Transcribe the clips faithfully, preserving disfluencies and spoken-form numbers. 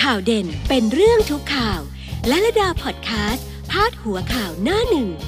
ข่าวเด่นเป็นเรื่องทุกข่าวและระดาพอดแคสต์พาดหัวข่าวหน้าหนึ่ง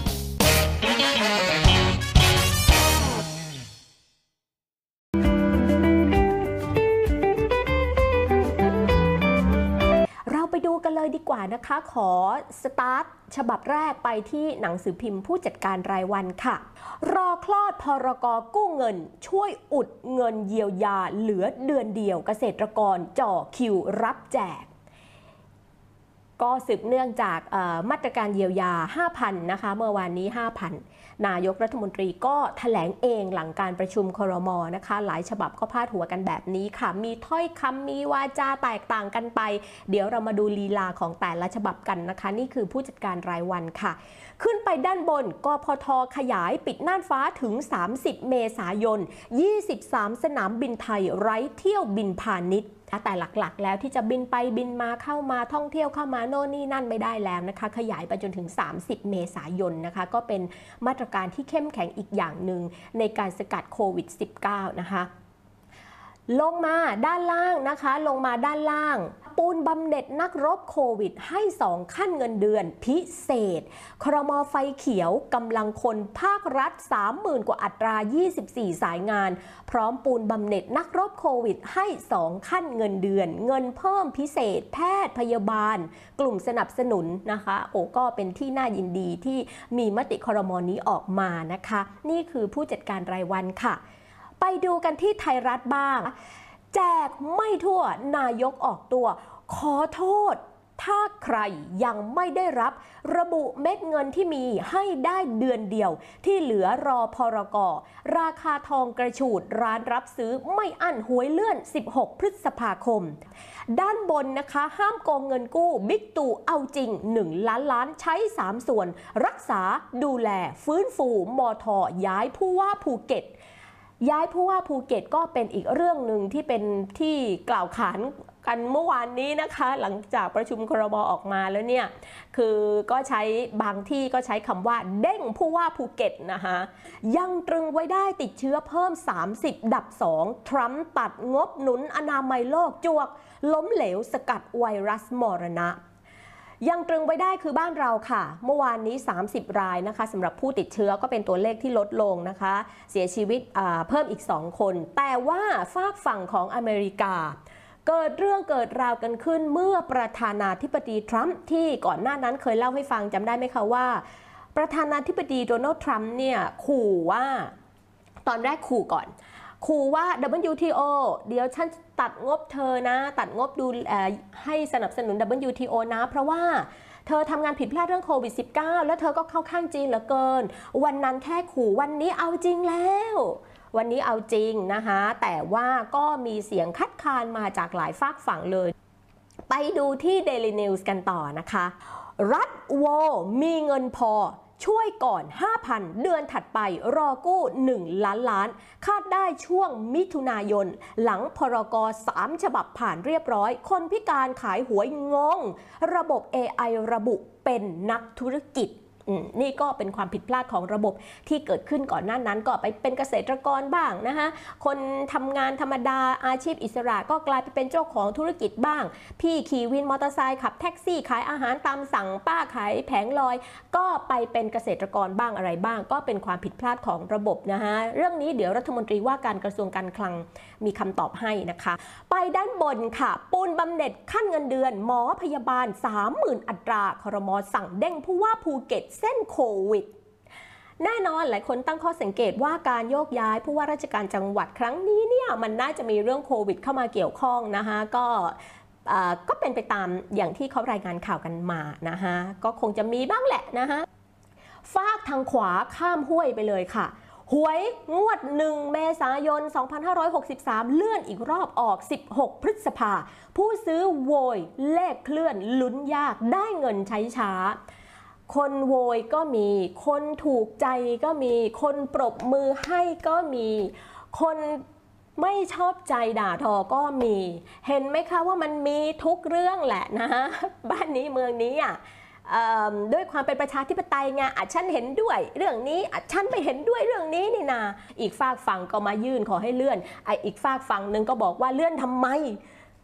เราไปดูกันเลยดีกว่านะคะขอสตาร์ทฉบับแรกไปที่หนังสือพิมพ์ผู้จัดการรายวันค่ะรอคลอดพรก.กู้เงินช่วยอุดเงินเยียวยาเหลือเดือนเดียวเกษตรกรจ่อคิวรับแจกก็สืบเนื่องจากมาตรการเยียวยา ห้าพัน นะคะเมื่อวานนี้ ห้าพัน นายกรัฐมนตรีก็แถลงเองหลังการประชุมครม.นะคะหลายฉบับก็พาดหัวกันแบบนี้ค่ะมีถ้อยคำมีวาจาแตกต่างกันไปเดี๋ยวเรามาดูลีลาของแต่ละฉบับกันนะคะนี่คือผู้จัดการรายวันค่ะขึ้นไปด้านบนกพท.ขยายปิดน่านฟ้าถึงสามสิบเมษายนยี่สิบสามสนามบินไทยไร้เที่ยวบินพาณิชย์แต่หลักๆแล้วที่จะบินไปบินมาเข้ามาท่องเที่ยวเข้ามาโน่นนี่นั่นไม่ได้แล้วนะคะขยายไปจนถึงสามสิบเมษายนนะคะก็เป็นมาตรการที่เข้มแข็งอีกอย่างหนึ่งในการสกัดโควิด สิบเก้า นะคะลงมาด้านล่างนะคะลงมาด้านล่างปูนบำเหน็จนักรบโควิดให้สองขั้นเงินเดือนพิเศษครม.ไฟเขียวกำลังคนภาครัฐ สามหมื่น กว่าอัตรายี่สิบสี่สายงานพร้อมปูนบำเหน็จนักรบโควิดให้สองขั้นเงินเดือนเงินเพิ่มพิเศษแพทย์พยาบาลกลุ่มสนับสนุนนะคะโอ้ก็เป็นที่น่ายินดีที่มีมติครม.นี้ออกมานะคะนี่คือผู้จัดการรายวันค่ะไปดูกันที่ไทยรัฐบ้างแจกไม่ทั่วนายกออกตัวขอโทษถ้าใครยังไม่ได้รับระบุเม็ดเงินที่มีให้ได้เดือนเดียวที่เหลือรอพรก.ราคาทองกระฉูดร้านรับซื้อไม่อั้นหวยเลื่อนสิบหกพฤษภาคมด้านบนนะคะห้ามโกงเงินกู้บิ๊กตู่เอาจริงหนึ่งล้านล้านใช้สามส่วนรักษาดูแลฟื้นฟูมท.ย้ายผู้ว่าภูเก็ตย้ายผู้ว่าภูเก็ตก็เป็นอีกเรื่องหนึ่งที่เป็นที่กล่าวขานกันเมื่อวานนี้นะคะหลังจากประชุมครม.ออกมาแล้วเนี่ยคือก็ใช้บางที่ก็ใช้คำว่าเด้งผู้ว่าภูเก็ตนะคะยังตรึงไว้ได้ติดเชื้อเพิ่มสามสิบดับสองทรัมป์ตัดงบหนุนอนามัยโลกจวกล้มเหลวสกัดไวรัสมรณะยังตรึงไว้ได้คือบ้านเราค่ะเมื่อวานนี้สามสิบรายนะคะสำหรับผู้ติดเชื้อก็เป็นตัวเลขที่ลดลงนะคะเสียชีวิตเพิ่มอีกสองคนแต่ว่าฝากฝั่งของอเมริกาเกิดเรื่องเกิดราวกันขึ้นเมื่อประธานาธิบดีทรัมป์ที่ก่อนหน้านั้นเคยเล่าให้ฟังจำได้ไหมคะว่าประธานาธิบดีโดนัลด์ทรัมป์เนี่ยขู่ว่าตอนแรกขู่ก่อนขู่ว่า ดับเบิลยู ที โอ เดี๋ยวฉันตัดงบเธอนะตัดงบดูให้สนับสนุน ดับเบิลยู ที โอ นะเพราะว่าเธอทำงานผิดพลาดเรื่องโควิด สิบเก้า แล้วเธอก็เข้าข้างจีนเหลือเกินวันนั้นแค่ขู่วันนี้เอาจริงแล้ววันนี้เอาจริงนะคะแต่ว่าก็มีเสียงคัดค้านมาจากหลายฝากฝั่งเลยไปดูที่ Daily News กันต่อนะคะรัฐโวมีเงินพอช่วยก่อน ห้าพัน เดือนถัดไปรอกู้หนึ่งล้านล้านคาดได้ช่วงมิถุนายนหลังพรก.สามฉบับผ่านเรียบร้อยคนพิการขายหวยงงระบบ เอ ไอ ระบุเป็นนักธุรกิจนี่ก็เป็นความผิดพลาดของระบบที่เกิดขึ้นก่อนหน้านั้นก็ไปเป็นเกษตรกรบ้างนะคะคนทำงานธรรมดาอาชีพอิสระก็กลายไปเป็นเจ้าของธุรกิจบ้างพี่ขี่วินมอเตอร์ไซค์ขับแท็กซี่ขายอาหารตามสั่งป้าขายแผงลอยก็ไปเป็นเกษตรกรบ้างอะไรบ้างก็เป็นความผิดพลาดของระบบนะคะเรื่องนี้เดี๋ยวรัฐมนตรีว่าการกระทรวงการคลังมีคำตอบให้นะคะไปด้านบนค่ะปูนบำเหน็จขั้นเงินเดือนหมอพยาบาล สามหมื่น อัตราครม.สั่งเด้งผู้ว่าภูเก็ตเส้นโควิดแน่นอนหลายคนตั้งข้อสังเกตว่าการโยกย้ายผู้ว่าราชการจังหวัดครั้งนี้เนี่ยมันน่าจะมีเรื่องโควิดเข้ามาเกี่ยวข้องนะคะก็ก็เป็นไปตามอย่างที่เขารายงานข่าวกันมานะคะก็คงจะมีบ้างแหละนะคะฟากทางขวาข้ามห้วยไปเลยค่ะหวยงวดหนึ่งเมษายนสองพันห้าร้อยหกสิบสามเลื่อนอีกรอบออกสิบหกพฤษภาผู้ซื้อโวยเลขเคลื่อนลุ้นยากได้เงินใช้ช้าคนโวยก็มีคนถูกใจก็มีคนปรบมือให้ก็มีคนไม่ชอบใจด่าทอก็มีเห็นไหมคะว่ามันมีทุกเรื่องแหละนะบ้านนี้เมืองนี้อ่ะด้วยความเป็นประชาธิปไตยไงอ่ะฉันเห็นด้วยเรื่องนี้อ่ะฉันไม่เห็นด้วยเรื่องนี้นี่นาอีกฝากฝั่งก็มายื่นขอให้เลื่อนไอ้อีกฝากฝั่งหนึ่งก็บอกว่าเลื่อนทำไม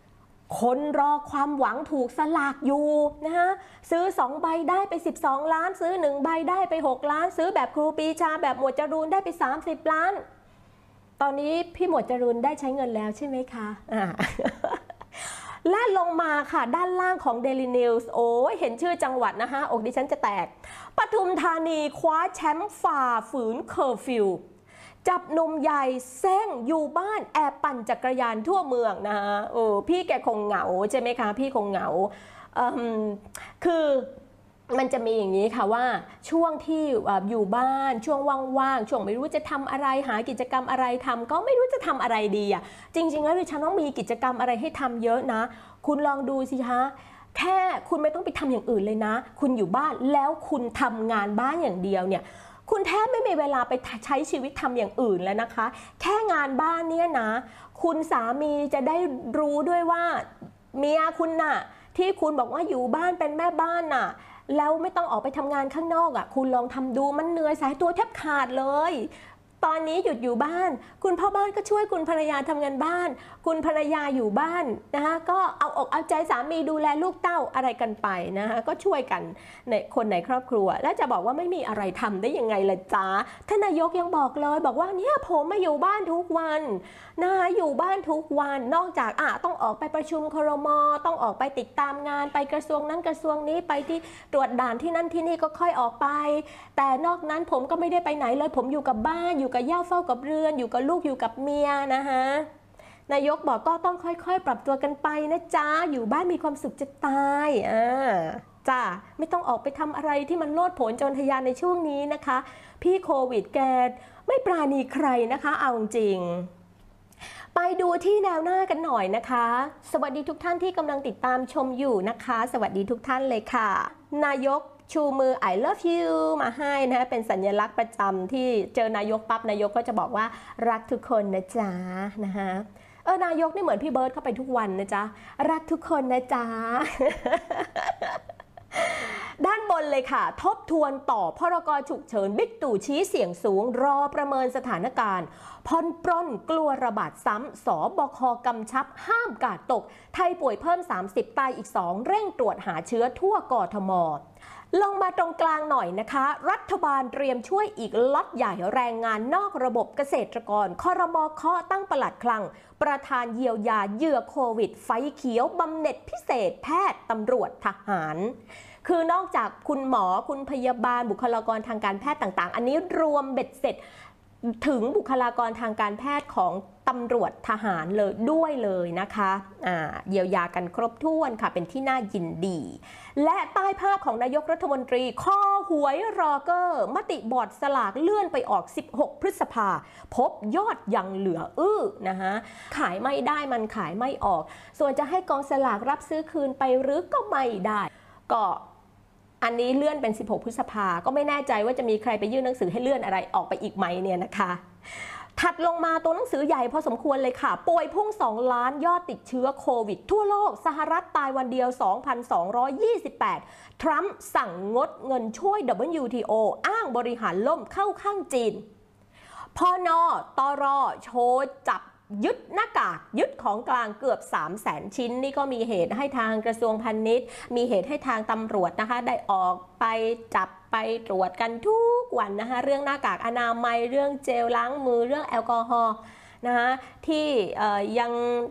คนรอความหวังถูกสลากอยู่นะฮะซื้อสองใบได้ไปสิบสองล้านซื้อหนึ่งใบได้ไปหกล้านซื้อแบบครูปรีชาแบบหมวดจรูนได้ไปสามสิบล้านตอนนี้พี่หมวดจรูนได้ใช้เงินแล้วใช่ไหมคะอ่า และลงมาค่ะด้านล่างของ Daily News โอ้ยเห็นชื่อจังหวัดนะคะอกดิฉันจะแตกปทุมธานีคว้าแชมป์ฝ่าฝืนเคอร์ฟิวจับหนุ่มใหญ่เซ้งอยู่บ้านแอบปั่นจักรยานทั่วเมืองนะคะโอ้พี่แกคงเหงาใช่ไหมคะพี่คงเหงาคือมันจะมีอย่างนี้ค่ะว่าช่วงที่อยู่บ้านช่วงว่างๆช่วงไม่รู้จะทำอะไรหากิจกรรมอะไรทำก็ไม่รู้จะทำอะไรดีอ่ะจริงๆแล้วดิฉันต้องมีกิจกรรมอะไรให้ทำเยอะนะคุณลองดูสิคะแค่คุณไม่ต้องไปทำอย่างอื่นเลยนะคุณอยู่บ้านแล้วคุณทำงานบ้านอย่างเดียวเนี่ยคุณแทบไม่มีเวลาไปใช้ชีวิตทำอย่างอื่นแล้วนะคะแค่งานบ้านเนี่ยนะคุณสามีจะได้รู้ด้วยว่าเมียคุณน่ะที่คุณบอกว่าอยู่บ้านเป็นแม่บ้านน่ะแล้วไม่ต้องออกไปทำงานข้างนอกอ่ะคุณลองทำดูมันเหนื่อยสายตัวแทบขาดเลยตอนนี้หยุดอยู่บ้านคุณพ่อบ้านก็ช่วยคุณภรรยาทำงานบ้านคุณภรรยาอยู่บ้านนะคะก็เอาอกเอาใจสามีดูแลลูกเต้าอะไรกันไปนะคะก็ช่วยกันในคนในครอบครัวแล้วจะบอกว่าไม่มีอะไรทำได้ยังไงล่ะจ๊ะท่านนายกยังบอกเลยบอกว่าเนี่ยผมมาอยู่บ้านทุกวันนะคะอยู่บ้านทุกวันนอกจากอ่ะต้องออกไปประชุมครม.ต้องออกไปติดตามงานไปกระทรวงนั้นกระทรวงนี้ไปที่ตรวจด่านที่นั่นที่นี่ก็ค่อยออกไปแต่นอกนั้นผมก็ไม่ได้ไปไหนเลยผมอยู่กับบ้านอยู่กับย่าเฝ้ากับเรือนอยู่กับลูกอยู่กับเมียนะคะนายกบอกก็ต้องค่อยๆปรับตัวกันไปนะจ๊ะอยู่บ้านมีความสุขจะตายอ่าจ้าไม่ต้องออกไปทำอะไรที่มันโลดโผนโจรทยานในช่วงนี้นะคะพี่โควิดแกไม่ปราณีใครนะคะเอาจริงไปดูที่แนวหน้ากันหน่อยนะคะสวัสดีทุกท่านที่กำลังติดตามชมอยู่นะคะสวัสดีทุกท่านเลยค่ะนายกชูมือ I love you มาให้นะเป็นสัญลักษณ์ประจำที่เจอนายกปั๊บนายกก็จะบอกว่ารักทุกคนนะจ๊ะนะคะเออนายกนี่เหมือนพี่เบิร์ดเข้าไปทุกวันนะจ๊ะรักทุกคนนะจ๊ะ ด้านบนเลยค่ะทบทวนต่อพรกฉุกเฉินบิ๊กตู่ชี้เสี่ยงสูงรอประเมินสถานการณ์ผ่อนปรนกลัวระบาดซ้ำสบคกำชับห้ามกาดตกไทยป่วยเพิ่มสามสิบตายอีกสองเร่งตรวจหาเชื้อทั่วกทมลงมาตรงกลางหน่อยนะคะรัฐบาลเตรียมช่วยอีกล็อตใหญ่แรงงานนอกระบบเกษตรกรครม.เคาะตั้งปลัดคลังประธานเยียวยาเหยื่อโควิดไฟเขียวบำเหน็จพิเศษแพทย์ตำรวจทหารคือนอกจากคุณหมอคุณพยาบาลบุคลากรทางการแพทย์ต่างๆอันนี้รวมเบ็ดเสร็จถึงบุคลากรทางการแพทย์ของตำรวจทหารเลยด้วยเลยนะคะอ่าเยียวยากันครบถ้วนค่ะเป็นที่น่ายินดีและใต้ภาพของนายกรัฐมนตรีข้อหวยรอเกอร์มติบอร์ดสลากเลื่อนไปออกสิบหกพฤษภาพบยอดยังเหลืออื้อนะคะขายไม่ได้มันขายไม่ออกส่วนจะให้กองสลากรับซื้อคืนไปหรือก็ไม่ได้ก็อันนี้เลื่อนเป็นสิบหกพฤษภาก็ไม่แน่ใจว่าจะมีใครไปยื่นหนังสือให้เลื่อนอะไรออกไปอีกไหมเนี่ยนะคะถัดลงมาตัวหนังสือใหญ่พอสมควรเลยค่ะป่วยพุ่งสองล้านยอดติดเชื้อโควิดทั่วโลกสหรัฐตายวันเดียว สองพันสองร้อยยี่สิบแปด ทรัมป์สั่งงดเงินช่วย ดับเบิลยู ที โอ อ้างบริหารล่มเข้าข้างจีนพน.ตร.โชว์จับยึดหน้ากากยึดของกลางเกือบ สามแสน ชิ้นนี่ก็มีเหตุให้ทางกระทรวงพาณิชย์มีเหตุให้ทางตำรวจนะคะได้ออกไปจับไปตรวจกันทุกวันนะคะเรื่องหน้ากากอนามัยเรื่องเจลล้างมือเรื่องแอลกอฮอล์นะคะที่ยัง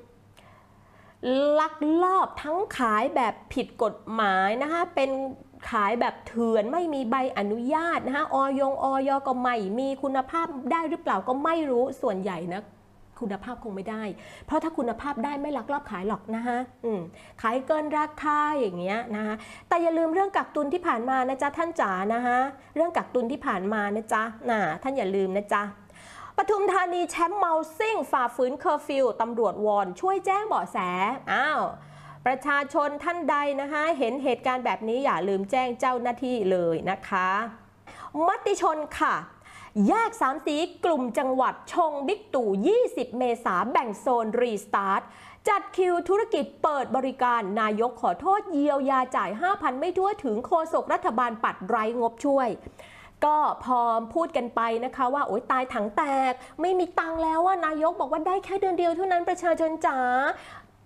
ลักลอบทั้งขายแบบผิดกฎหมายนะคะเป็นขายแบบเถื่อนไม่มีใบอนุญาตนะคะอยงอยก็ไม่มีคุณภาพได้หรือเปล่าก็ไม่รู้ส่วนใหญ่นะคุณภาพคงไม่ได้เพราะถ้าคุณภาพได้ไม่ลักลอบขายหรอกนะคะขายเกินราคาอย่างเงี้ยนะคะแต่อย่าลืมเรื่องกักตุนที่ผ่านมานะจ๊ะท่านจ๋านะคะเรื่องกักตุนที่ผ่านมานะจ๊ะน่ะท่านอย่าลืมนะจ๊ะปทุมธานีแชมป์เมาซิ่งฝ่าฝืนเคอร์ฟิวตำรวจวอนช่วยแจ้งเบาะแสอ้าวประชาชนท่านใดนะคะเห็นเหตุการณ์แบบนี้อย่าลืมแจ้งเจ้าหน้าที่เลยนะคะมติชนค่ะแยกสามสีกลุ่มจังหวัดชงบิ๊กตู่ยี่สิบเมษาแบ่งโซนรีสตาร์ทจัดคิวธุรกิจเปิดบริการนายกขอโทษเยียวยาจ่าย ห้าพัน ไม่ทั่วถึงโฆษกรัฐบาลปัดไร้งบช่วยก็พอพูดกันไปนะคะว่าโอ๊ยตายถังแตกไม่มีตังแล้วว่านายกบอกว่าได้แค่เดือนเดียวเท่านั้นประชาชนจ๋า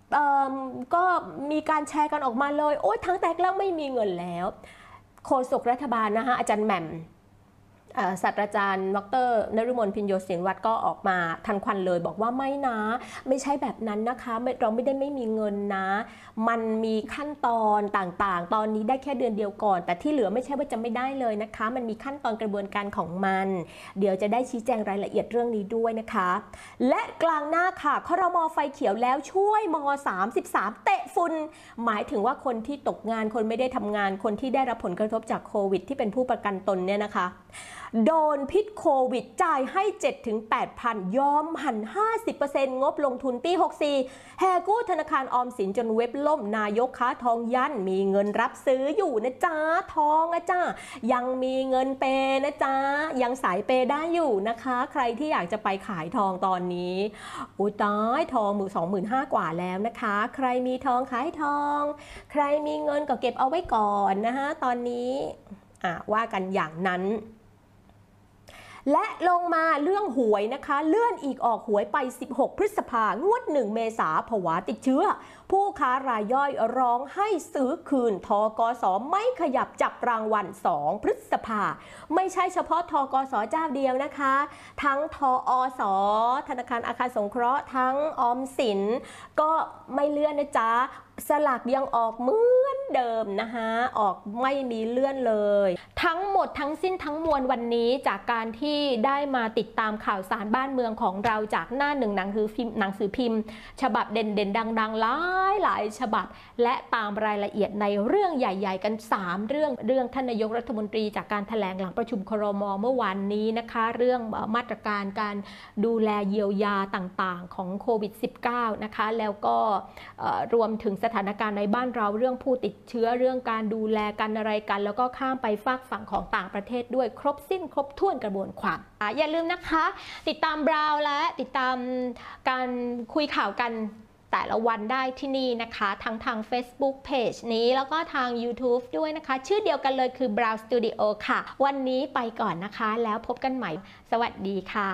ก็มีการแชร์กันออกมาเลยโอ๊ยทั้งแตกแล้วไม่มีเงินแล้วโฆษกรัฐบาลนะคะอาจารย์แหม่มศาสตราจารย์ดร.นฤมล พิญโยศินวัตรก็ออกมาทันควันเลยบอกว่าไม่นะไม่ใช่แบบนั้นนะคะเราไม่ได้ไม่มีเงินนะมันมีขั้นตอนต่างๆตอนนี้ได้แค่เดือนเดียวก่อนแต่ที่เหลือไม่ใช่ว่าจะไม่ได้เลยนะคะมันมีขั้นตอนกระบวนการของมันเดี๋ยวจะได้ชี้แจงรายละเอียดเรื่องนี้ด้วยนะคะและกลางหน้าค่ะครม.ไฟเขียวแล้วช่วยม.สามสิบสามเตะฝุ่นหมายถึงว่าคนที่ตกงานคนไม่ได้ทำงานคนที่ได้รับผลกระทบจากโควิดที่เป็นผู้ประกันตนเนี่ยนะคะโดนพิษโควิดจ่ายให้ เจ็ดถึงแปดพัน ยอมหัน ห้าสิบเปอร์เซ็นต์ งบลงทุนปี หกสี่ แห่กู้ธนาคารออมสินจนเว็บล่มนายกค้าทองยันมีเงินรับซื้ออยู่นะจ๊ะทองอะจ้ายังมีเงินเปนะจ๊ะยังสายเปได้อยู่นะคะใครที่อยากจะไปขายทองตอนนี้อุ้ยตายทองมือ สองหมื่นห้าพัน กว่าแล้วนะคะใครมีทองขายทองใครมีเงินก็เก็บเอาไว้ก่อนนะคะตอนนี้อ่ะว่ากันอย่างนั้นและลงมาเรื่องหวยนะคะเลื่อนอีกออกหวยไปสิบหกพฤษภางวดหนึ่งเมษาผวาติดเชื้อผู้ค้ารายย่อยร้องให้ซื้อคืนทกสไม่ขยับจับรางวัลสองพฤษภาไม่ใช่เฉพาะทกสเจ้าเดียวนะคะทั้งทอสธนาคารอาคารสงเคราะห์ทั้งออมสินก็ไม่เลื่อนนะจ๊ะสลากยังออกเหมือนเดิมนะคะออกไม่มีเลื่อนเลยทั้งหมดทั้งสิ้นทั้งมวลวันนี้จากการที่ได้มาติดตามข่าวสารบ้านเมืองของเราจากหน้าหนึ่งหนังสือพิมพ์หนังสือพิมพ์ฉบับเด่นๆดังๆหลายหลายฉบับและตามรายละเอียดในเรื่องใหญ่ๆกันสามเรื่องเรื่องท่านนายกรัฐมนตรีจากการแถลงหลังประชุมครม.เมื่อวานนี้นะคะเรื่องมาตรการการดูแลเยียวยาต่างๆของโควิด สิบเก้า นะคะแล้วก็รวมถึงสถานการณ์ในบ้านเราเรื่องผู้ติดเชื้อเรื่องการดูแลกันอะไรกันแล้วก็ข้ามไปฝากฝั่งของต่างประเทศด้วยครบสิ้นครบถ้วนกระบวนความอย่าลืมนะคะติดตามบราวและติดตามการคุยข่าวกันแต่ละวันได้ที่นี่นะคะทั้งทาง Facebook Page นี้แล้วก็ทาง YouTube ด้วยนะคะชื่อเดียวกันเลยคือ Brow Studio ค่ะวันนี้ไปก่อนนะคะแล้วพบกันใหม่สวัสดีค่ะ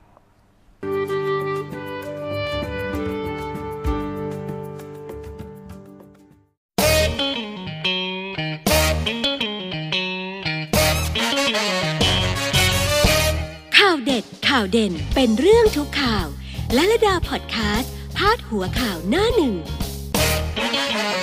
ข่าวเด็ดข่าวเด่นเป็นเรื่องทุกข่าวและระดาพอดแคสต์พาดหัวข่าวหน้าหนึ่ง